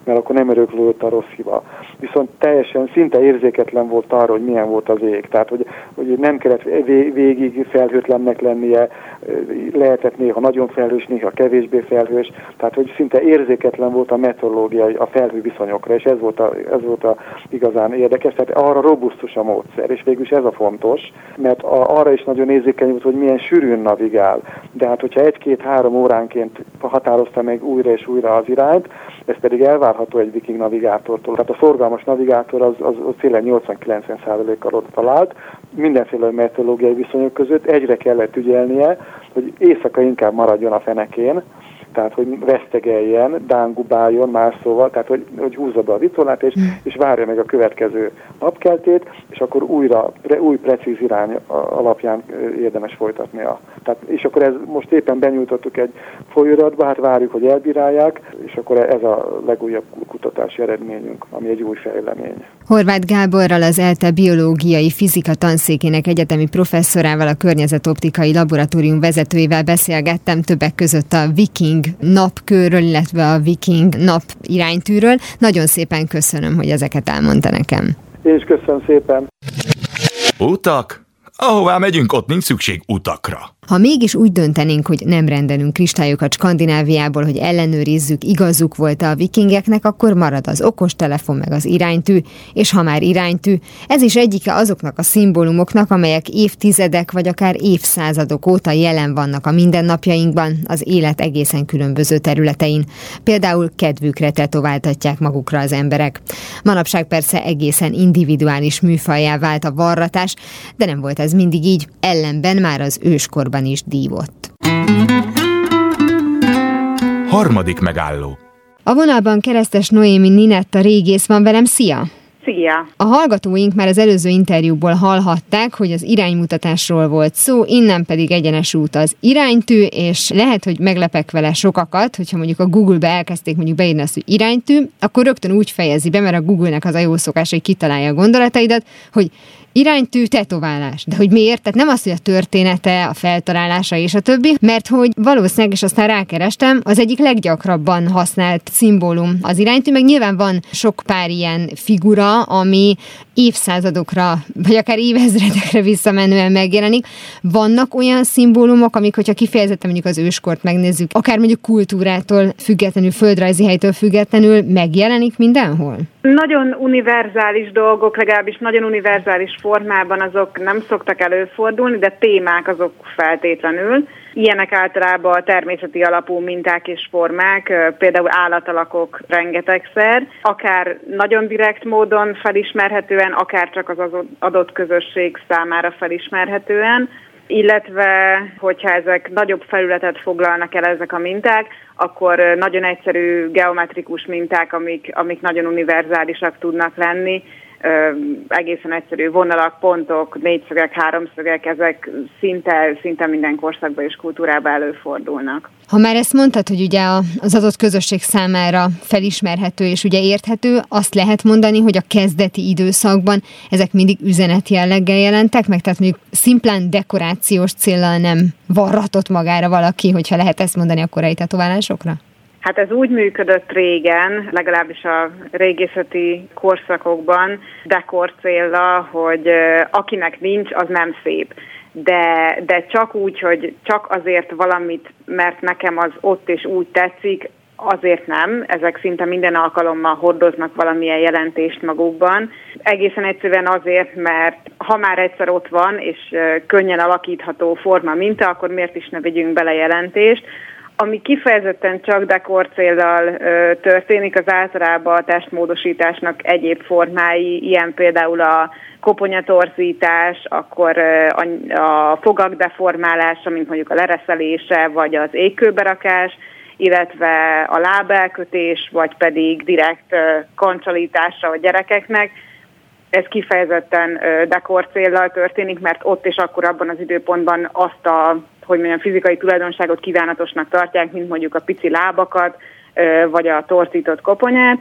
mert akkor nem öröklődött a rossz hiba. Viszont teljesen szinte érzéketlen volt arra, hogy milyen volt az ég. Tehát, hogy, hogy nem kellett végig felhőtlennek lennie, lehetett néha nagyon felhős, néha kevésbé felhős, tehát, hogy szinte érzéketlen volt a meteorológiai, a felhő viszonyokra, és ez volt a, ez volt a igazán érdekes, tehát arra robusztus a módszer, és végülis ez a fontos, mert a, arra is nagyon érzékeny volt, hogy milyen sűrűn navigál. De hát, hogyha egy-két-három óránként határozta meg újra és újra az irányt, ez pedig elvárható egy viking navigátortól. Tehát a szorgalmas navigátor az, az, az tényleg nyolcvan-kilencven százalékkal ott talált, mindenféle meteorológiai viszonyok között egyre kellett ügyelnie, hogy éjszaka inkább maradjon a fenekén, tehát hogy vesztegeljen, dángubáljon más szóval, tehát hogy, hogy húzza be a vitorlát, és, és várja meg a következő napkeltét, és akkor újra, új precíz irány alapján érdemes folytatnia. Tehát, és akkor ez most éppen benyújtottuk egy folyóiratba, hát várjuk, hogy elbírálják, és akkor ez a legújabb kutatási eredményünk, ami egy új fejlemény. Horváth Gáborral, az ELTE biológiai fizika tanszékének egyetemi professzorával, a környezetoptikai laboratórium vezetőjével beszélgettem, többek között a Viking napkörről, illetve a Viking nap iránytűről. Nagyon szépen köszönöm, hogy ezeket elmondta nekem. Én is köszönöm szépen. Utak? Ahová megyünk, ott nincs szükség utakra. Ha mégis úgy döntenénk, hogy nem rendelünk kristályokat Skandináviából, hogy ellenőrizzük, igazuk volt-e a vikingeknek, akkor marad az okostelefon meg az iránytű, és ha már iránytű, ez is egyike azoknak a szimbólumoknak, amelyek évtizedek vagy akár évszázadok óta jelen vannak a mindennapjainkban, az élet egészen különböző területein. Például kedvükre tetováltatják magukra az emberek. Manapság persze egészen individuális műfajjá vált a varratás, de nem volt ez mindig így, ellenben már az őskorban is dívott. Harmadik megálló. A vonalban Keresztes Noémi Ninetta régész van velem, szia! Szia! A hallgatóink már az előző interjúból hallhatták, hogy az iránymutatásról volt szó, innen pedig egyenes út az iránytű, és lehet, hogy meglepek vele sokakat, hogyha mondjuk a Google-be elkezdték mondjuk beírni azt, hogy iránytű, akkor rögtön úgy fejezi be, mert a Google-nek az a jó szokás, hogy kitalálja a gondolataidat, hogy iránytű tetoválás. De hogy miért? Tehát nem az, hogy a története, a feltalálása és a többi, mert hogy valószínűleg, és aztán rákerestem, az egyik leggyakrabban használt szimbólum az iránytű, meg nyilván van sok pár ilyen figura, ami évszázadokra, vagy akár évezredekre visszamenően megjelenik. Vannak olyan szimbólumok, amik, hogyha kifejezetten mondjuk az őskort megnézzük, akár mondjuk kultúrától függetlenül, földrajzi helytől függetlenül megjelenik mindenhol? Nagyon univerzális dolgok, legalábbis nagyon univerzális formában azok nem szoktak előfordulni, de témák azok feltétlenül. Ilyenek általában a természeti alapú minták és formák, például állatalakok rengetegszer, akár nagyon direkt módon felismerhetően, akár csak az adott közösség számára felismerhetően, illetve hogyha ezek nagyobb felületet foglalnak el ezek a minták, akkor nagyon egyszerű geometrikus minták, amik, amik nagyon univerzálisak tudnak lenni, egészen egyszerű vonalak, pontok, négyszögek, háromszögek, ezek szinte, szinte minden korszakban és kultúrában előfordulnak. Ha már ezt mondtad, hogy ugye az adott közösség számára felismerhető és ugye érthető, azt lehet mondani, hogy a kezdeti időszakban ezek mindig üzenetjelleggel jelentek meg, tehát mondjuk szimplán dekorációs céllal nem varratott magára valaki, hogyha lehet ezt mondani a korai tetoválásokra? Hát ez úgy működött régen, legalábbis a régészeti korszakokban, dekor céllal, hogy akinek nincs, az nem szép. De, de csak úgy, hogy csak azért valamit, mert nekem az ott és úgy tetszik, azért nem. Ezek szinte minden alkalommal hordoznak valamilyen jelentést magukban. Egészen egyszerűen azért, mert ha már egyszer ott van, és könnyen alakítható forma minta, akkor miért is ne vigyünk bele jelentést. Ami kifejezetten csak dekor céllal ö, történik, az általában a testmódosításnak egyéb formái, ilyen például a koponyatorzítás, akkor ö, a, a fogak deformálása, mint mondjuk a lereszelése, vagy az égkőberakás, illetve a lábelkötés, vagy pedig direkt ö, kancsalítása a gyerekeknek. Ez kifejezetten ö, dekor céllal történik, mert ott és akkor abban az időpontban azt a hogy mondjam, fizikai tulajdonságot kívánatosnak tartják, mint mondjuk a pici lábakat, vagy a torzított koponyát.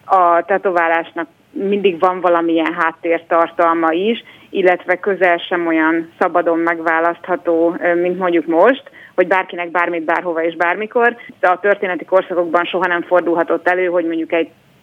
A tetoválásnak mindig van valamilyen háttértartalma is, illetve közel sem olyan szabadon megválasztható, mint mondjuk most, hogy bárkinek bármit, bárhova és bármikor. De a történeti korszakokban soha nem fordulhatott elő, hogy mondjuk egy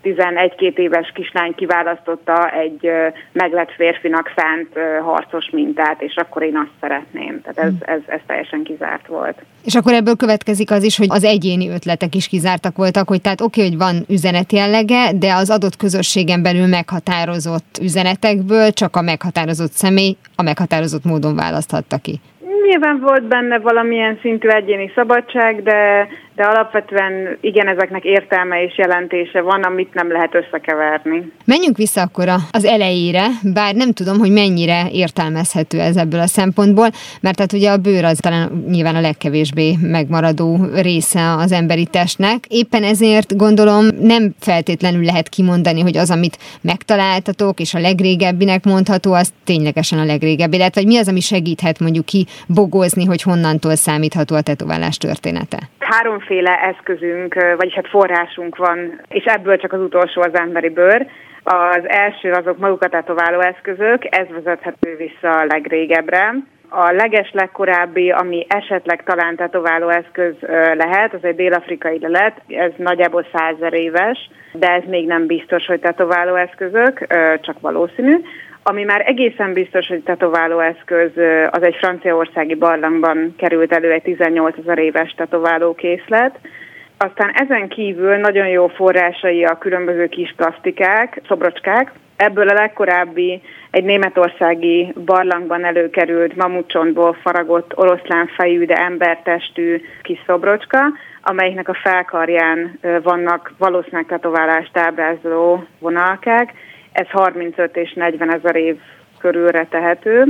tizenegy-két éves kislány kiválasztotta egy meglett férfinak szánt harcos mintát, és akkor én azt szeretném. Tehát ez, ez, ez teljesen kizárt volt. És akkor ebből következik az is, hogy az egyéni ötletek is kizártak voltak, hogy tehát oké, hogy van üzenet jellege, de az adott közösségen belül meghatározott üzenetekből csak a meghatározott személy a meghatározott módon választhatta ki. Nyilván volt benne valamilyen szintű egyéni szabadság, de, de alapvetően igen, ezeknek értelme és jelentése van, amit nem lehet összekeverni. Menjünk vissza akkor az elejére, bár nem tudom, hogy mennyire értelmezhető ez ebből a szempontból, mert hát ugye a bőr az talán nyilván a legkevésbé megmaradó része az emberi testnek. Éppen ezért gondolom nem feltétlenül lehet kimondani, hogy az, amit megtaláltatok, és a legrégebbinek mondható, az ténylegesen a legrégebbi lett, vagy mi az, ami segíthet mondjuk ki bogozni, hogy honnantól számítható a tetoválás története? Háromféle eszközünk, vagyis hát forrásunk van, és ebből csak az utolsó az emberi bőr. Az első azok maguk a tetováló eszközök, ez vezethető vissza a legrégebbre. A leges legkorábbi, ami esetleg talán tetováló eszköz lehet, az egy dél-afrikai lelet, ez nagyjából százezer éves, de ez még nem biztos, hogy tetováló eszközök, csak valószínű. Ami már egészen biztos, hogy tetováló eszköz, az egy franciaországi barlangban került elő egy tizennyolcezer éves tetoválókészlet. Aztán ezen kívül nagyon jó forrásai a különböző kis plasztikák, szobrocskák. Ebből a legkorábbi egy németországi barlangban előkerült mamutcsontból faragott oroszlánfejű, de embertestű kis szobrocska, amelyiknek a felkarján vannak valószínűleg tetoválást ábrázoló vonalkák. Ez harmincöt és negyven ezer év körülre tehető,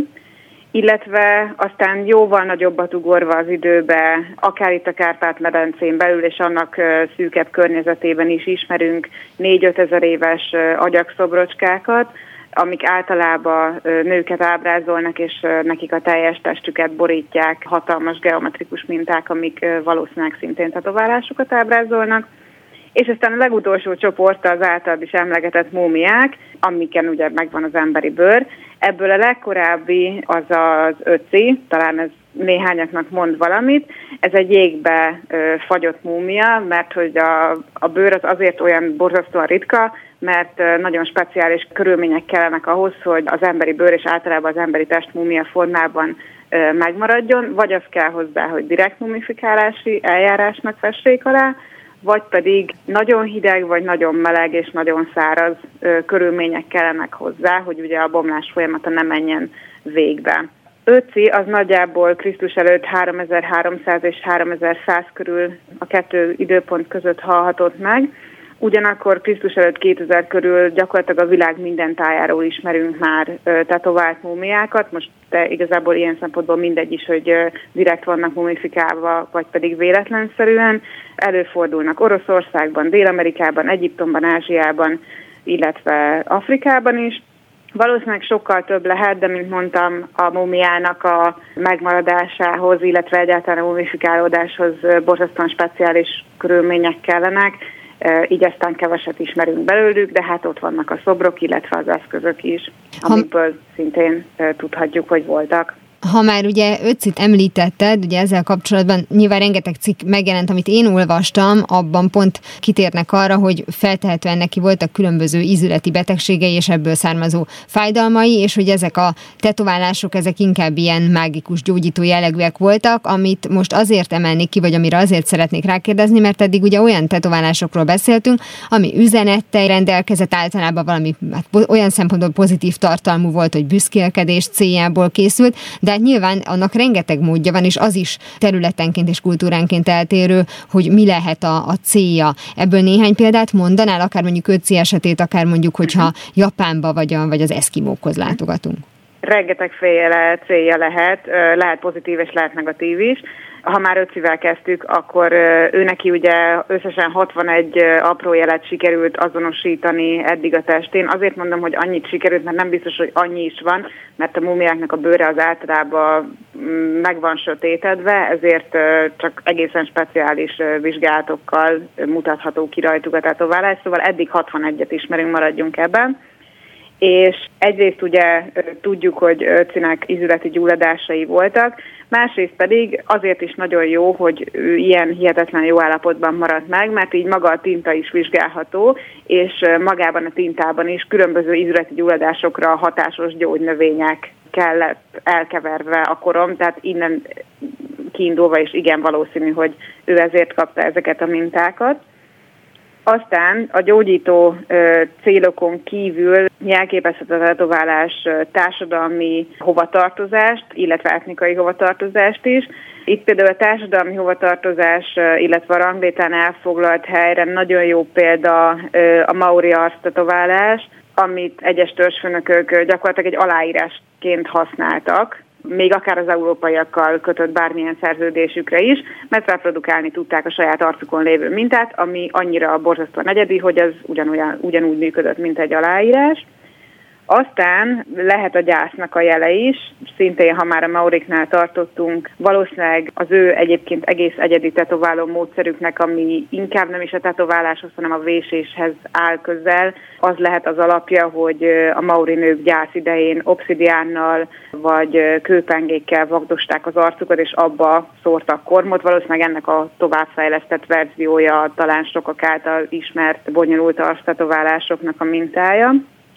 illetve aztán jóval nagyobbat ugorva az időbe, akár itt a Kárpát-medencén belül és annak szűkebb környezetében is ismerünk négy-öt ezer éves agyakszobrocskákat, amik általában nőket ábrázolnak, és nekik a teljes testüket borítják hatalmas geometrikus minták, amik valószínűleg szintén tetoválásokat ábrázolnak. És aztán a legutolsó csoport az általad is emlegetett múmiák, amiken ugye megvan az emberi bőr. Ebből a legkorábbi az az ötci, talán ez néhányaknak mond valamit. Ez egy jégbe ö, fagyott múmia, mert hogy a, a bőr az azért olyan borzasztóan ritka, mert ö, nagyon speciális körülmények kellenek ahhoz, hogy az emberi bőr és általában az emberi test múmia formában ö, megmaradjon, vagy az kell hozzá, hogy direkt mumifikálási eljárásnak vessék alá, vagy pedig nagyon hideg, vagy nagyon meleg és nagyon száraz ö, körülmények kellenek hozzá, hogy ugye a bomlás folyamata ne menjen végbe. ötci az nagyjából Krisztus előtt háromezer-háromszáz és háromezer-száz körül a kettő időpont között halhatott meg. Ugyanakkor Krisztus előtt kétezer körül gyakorlatilag a világ minden tájáról ismerünk már ö, tetovált múmiákat. Most de igazából ilyen szempontból mindegy is, hogy ö, direkt vannak mumifikálva, vagy pedig véletlenszerűen. Előfordulnak Oroszországban, Dél-Amerikában, Egyiptomban, Ázsiában, illetve Afrikában is. Valószínűleg sokkal több lehet, de mint mondtam, a múmiának a megmaradásához, illetve egyáltalán a mumifikálódáshoz borzasztóan speciális körülmények kellenek. Így aztán keveset ismerünk belőlük, de hát ott vannak a szobrok, illetve az eszközök is, amikből szintén tudhatjuk, hogy voltak. Ha már ugye ötcit említetted, ugye ezzel kapcsolatban nyilván rengeteg cikk megjelent, amit én olvastam, abban pont kitérnek arra, hogy feltehetően neki voltak különböző ízületi betegségei, és ebből származó fájdalmai, és hogy ezek a tetoválások, ezek inkább ilyen mágikus, gyógyító jellegűek voltak, amit most azért emelnék ki, vagy amire azért szeretnék rákérdezni, mert eddig ugye olyan tetoválásokról beszéltünk, ami üzenettel rendelkezett, általában valami hát, olyan szempontból pozitív tartalmú volt, hogy büszkélkedés céljából készült, de hát nyilván annak rengeteg módja van, és az is területenként és kultúránként eltérő, hogy mi lehet a, a célja. Ebből néhány példát mondanál, akár mondjuk ötci esetét, akár mondjuk, hogyha Japánba vagy, a, vagy az eszkimókhoz látogatunk. Rengetegféle célja lehet, lehet pozitív és lehet negatív is. Ha már ötcivel kezdtük, akkor ő neki ugye összesen hatvanegy apró jelet sikerült azonosítani eddig a testén. Azért mondom, hogy annyit sikerült, mert nem biztos, hogy annyi is van, mert a múmiáknak a bőre az általában meg van sötétedve, ezért csak egészen speciális vizsgálatokkal mutatható ki rajtuk a tetoválás, szóval eddig hatvanegyet ismerünk, maradjunk ebben. és egyrészt ugye tudjuk, hogy Ötzinek ízületi gyulladásai voltak, másrészt pedig azért is nagyon jó, hogy ő ilyen hihetetlen jó állapotban maradt meg, mert így maga a tinta is vizsgálható, és magában a tintában is különböző ízületi gyulladásokra hatásos gyógynövények kellett elkeverve a korom, tehát innen kiindulva is igen valószínű, hogy ő ezért kapta ezeket a mintákat. Aztán a gyógyító célokon kívül jelképezhet a tetoválás társadalmi hovatartozást, illetve etnikai hovatartozást is. Itt például a társadalmi hovatartozás, illetve a ranglétrán elfoglalt helyre nagyon jó példa a maori arctetoválás, amit egyes törzsfőnökök gyakorlatilag egy aláírásként használtak, még akár az európaiakkal kötött bármilyen szerződésükre is, mert reprodukálni tudták a saját arcukon lévő mintát, ami annyira borzasztóan egyedi, hogy az ugyanolyan, ugyanúgy működött, mint egy aláírás. Aztán lehet a gyásznak a jele is, szintén, ha már a maoriknál tartottunk, valószínűleg az ő egyébként egész egyedi tetováló módszerüknek, ami inkább nem is a tetováláshoz, hanem a véséshez áll közel, az lehet az alapja, hogy a maori nők gyász idején obszidiánnal vagy kőpengékkel vagdosták az arcukat, és abba szórtak kormot. Valószínűleg ennek a továbbfejlesztett verziója talán sokak által ismert bonyolult arctetoválásoknak a mintája.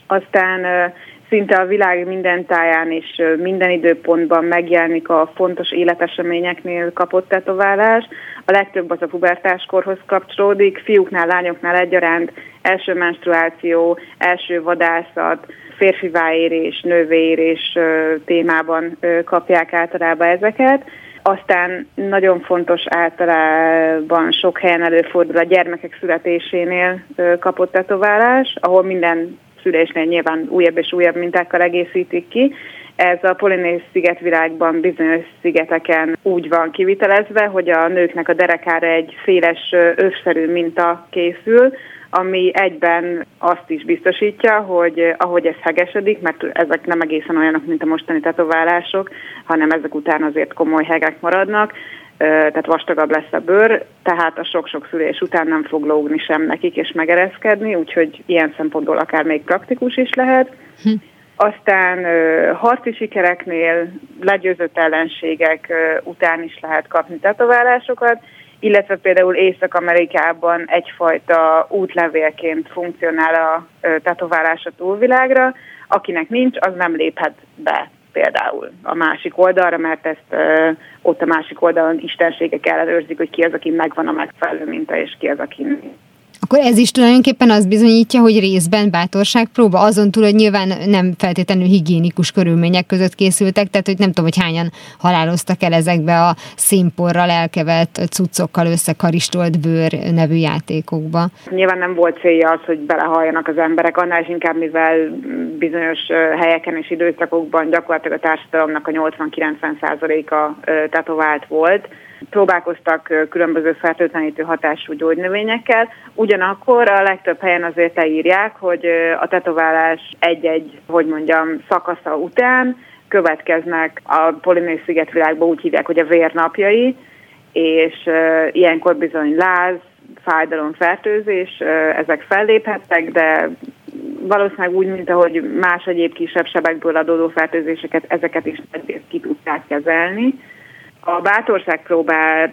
Aztán szinte a világ minden táján és minden időpontban megjelenik a fontos életeseményeknél kapott tetoválás. A legtöbb az a pubertáskorhoz kapcsolódik, fiúknál, lányoknál egyaránt első menstruáció, első vadászat, férfivá érés, nővé érés témában kapják általában ezeket. Aztán nagyon fontos általában sok helyen előfordul a gyermekek születésénél kapott tetoválás, ahol minden szülésnél nyilván újabb és újabb mintákkal egészítik ki. Ez a Polinéz szigetvilágban bizonyos szigeteken úgy van kivitelezve, hogy a nőknek a derekára egy széles övszerű minta készül, ami egyben azt is biztosítja, hogy ahogy ez hegesedik, mert ezek nem egészen olyanok, mint a mostani tetoválások, hanem ezek után azért komoly hegek maradnak, tehát vastagabb lesz a bőr, tehát a sok-sok szülés után nem fog lógni sem nekik és megereszkedni, úgyhogy ilyen szempontból akár még praktikus is lehet. Hm. Aztán harci sikereknél, legyőzött ellenségek után is lehet kapni tetoválásokat, illetve például Észak-Amerikában egyfajta útlevélként funkcionál a tetoválás a túlvilágra, akinek nincs, az nem léphet be például a másik oldalra, mert ezt ö, ott a másik oldalon istenségek ellenőrzik, hogy ki az, aki megvan a megfelelő minta, és ki az, aki nem. Akkor ez is tulajdonképpen azt bizonyítja, hogy részben bátorságpróba, azon túl, hogy nyilván nem feltétlenül higiénikus körülmények között készültek, tehát hogy nem tudom, hogy hányan haláloztak el ezekbe a színporral elkevert cuccokkal összekaristolt bőr nevű játékokba. Nyilván nem volt célja az, hogy belehalljanak az emberek, annál is inkább, mivel bizonyos helyeken és időszakokban gyakorlatilag a társadalomnak a nyolcvan-kilencven százaléka tetovált volt. Próbálkoztak különböző fertőtlenítő hatású gyógynövényekkel, ugyanakkor a legtöbb helyen azért leírják, hogy a tetoválás egy-egy, hogy mondjam, szakasza után következnek a Polinéz szigetvilágban, úgy hívják, hogy a vérnapjai, és ilyenkor bizony láz, fájdalomfertőzés, ezek felléphettek, de valószínűleg úgy, mint ahogy más egyéb kisebb sebekből adódó fertőzéseket, ezeket is ki tudták kezelni. A bátorságpróbára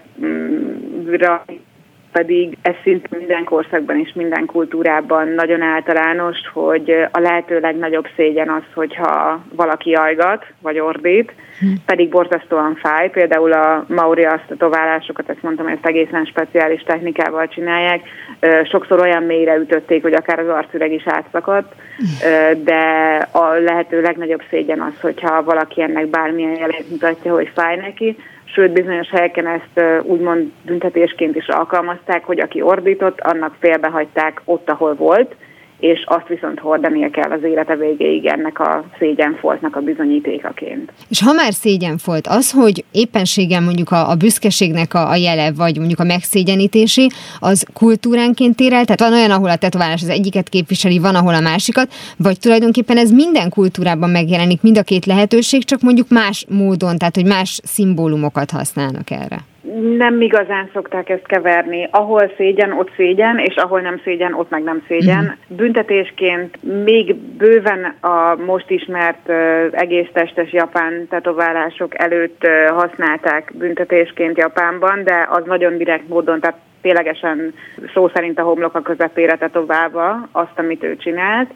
pedig ez szinte minden korszakban és minden kultúrában nagyon általános, hogy a lehető legnagyobb szégyen az, hogyha valaki ajgat vagy ordít, hm. pedig borzasztóan fáj. Például a maori arctetoválásokat, ezt mondtam, hogy ezt egészen speciális technikával csinálják. Sokszor olyan mélyre ütötték, hogy akár az arcüreg is átszakadt, de a lehető legnagyobb szégyen az, hogyha valaki ennek bármilyen jelét mutatja, hogy fáj neki. Sőt, bizonyos helyeken ezt úgymond büntetésként is alkalmazták, hogy aki ordított, annak félbehagyták ott, ahol volt, és azt viszont hordania kell az élete végéig ennek a szégyenfoltnak a bizonyítékaként. És ha már szégyenfolt, az, hogy éppenséggel mondjuk a, a büszkeségnek a, a jele, vagy mondjuk a megszégyenítési, az kultúránként ér el? Tehát van olyan, ahol a tetoválás az egyiket képviseli, van, ahol a másikat, vagy tulajdonképpen ez minden kultúrában megjelenik, mind a két lehetőség, csak mondjuk más módon, tehát hogy más szimbólumokat használnak erre? Nem igazán szokták ezt keverni. Ahol szégyen, ott szégyen, és ahol nem szégyen, ott meg nem szégyen. Uh-huh. Büntetésként még bőven a most ismert uh, egész testes japán tetoválások előtt uh, használták büntetésként Japánban, de az nagyon direkt módon, tehát ténylegesen szó szerint a homloka közepére tetoválva azt, amit ő csinált,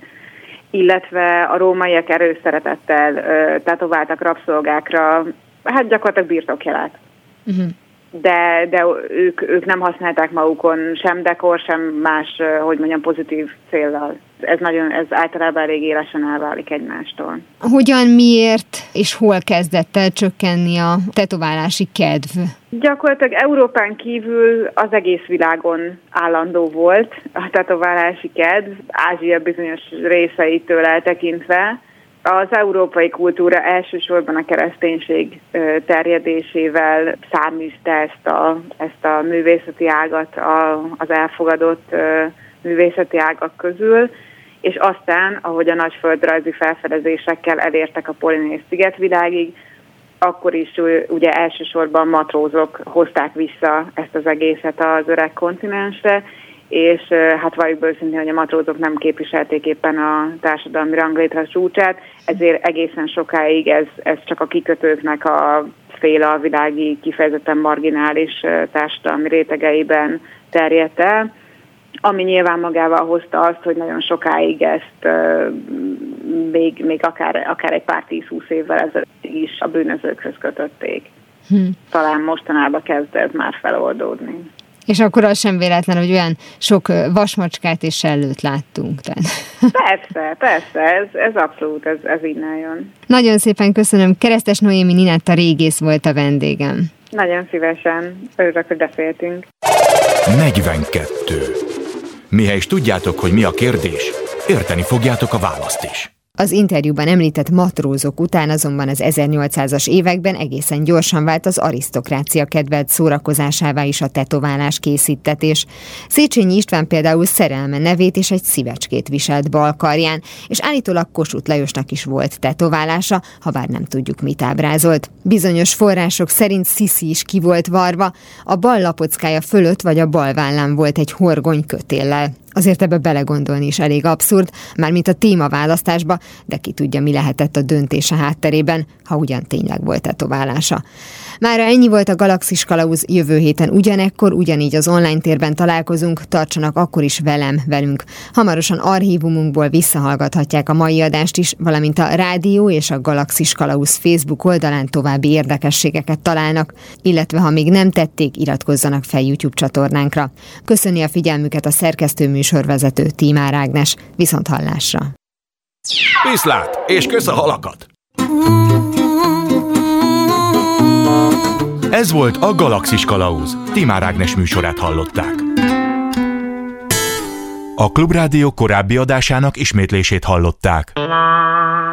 illetve a rómaiak erőszeretettel uh, tetováltak rabszolgákra, hát gyakorlatilag birtokjelet. Uh-huh. De, de ők, ők nem használták magukon sem dekor, sem más, hogy mondjam, pozitív céllal. Ez, nagyon, ez általában elég élesen elválik egymástól. Hogyan, miért és hol kezdett el csökkenni a tetoválási kedv? Gyakorlatilag Európán kívül az egész világon állandó volt a tetoválási kedv, Ázsia bizonyos részeitől eltekintve. Az európai kultúra elsősorban a kereszténység terjedésével száműzte ezt a, ezt a művészeti ágat a, az elfogadott művészeti ágak közül, és aztán, ahogy a nagy földrajzi felfedezésekkel elértek a Polinéz szigetvilágig, akkor is ugye elsősorban matrózok hozták vissza ezt az egészet az öreg kontinensre, és hát valljuk be őszintén, hogy a matrózok nem képviselték éppen a társadalmi ranglétra csúcsát, ezért egészen sokáig ez, ez csak a kikötőknek a féle a világi kifejezetten marginális társadalmi rétegeiben terjedt el, ami nyilván magával hozta azt, hogy nagyon sokáig ezt uh, még, még akár, akár egy pár tíz-húsz évvel ezelőtt is a bűnözőkhöz kötötték. Hm. Talán mostanában kezd ez már feloldódni. És akkor az sem véletlen, hogy olyan sok vasmacskát és sellőt láttunk. Persze, persze, ez, ez abszolút, ez, ez innen jön. Nagyon szépen köszönöm, Keresztes Noémi Ninetta régész volt a vendégem. Nagyon szívesen, örülök, hogy beszéltünk. negyvenkettő. Mihez is tudjátok, hogy mi a kérdés, érteni fogjátok a választ is. Az interjúban említett matrózok után azonban az ezernyolcszázas években egészen gyorsan vált az arisztokrácia kedvelt szórakozásává is a tetoválás készítetés. Széchenyi István például szerelme nevét és egy szívecskét viselt bal karján, és állítólag Kossuth Lajosnak is volt tetoválása, ha bár nem tudjuk, mit ábrázolt. Bizonyos források szerint Sziszi is ki volt varva, a bal lapockája fölött vagy a bal vállán volt egy horgony kötéllel. Azért ebbe belegondolni is elég abszurd, mármint a témaválasztásba, de ki tudja, mi lehetett a döntése hátterében, ha ugyan tényleg volt tetoválása. Mára ennyi volt a Galaxis Kalauz, jövő héten ugyanekkor, ugyanígy az online térben találkozunk, tartsanak akkor is velem, velünk. Hamarosan archívumunkból visszahallgathatják a mai adást is, valamint a rádió és a Galaxis Kalauz Facebook oldalán további érdekességeket találnak, illetve ha még nem tették, iratkozzanak fel YouTube csatornánkra. Köszöni a figyelmüket a szerkesztő műsorvezető Tímár Ágnes. Viszont hallásra! Viszlát, és kösz a halakat! Ez volt a Galaxis Kalauz. Tímár Ágnes műsorát hallották. A Klubrádió korábbi adásának ismétlését hallották.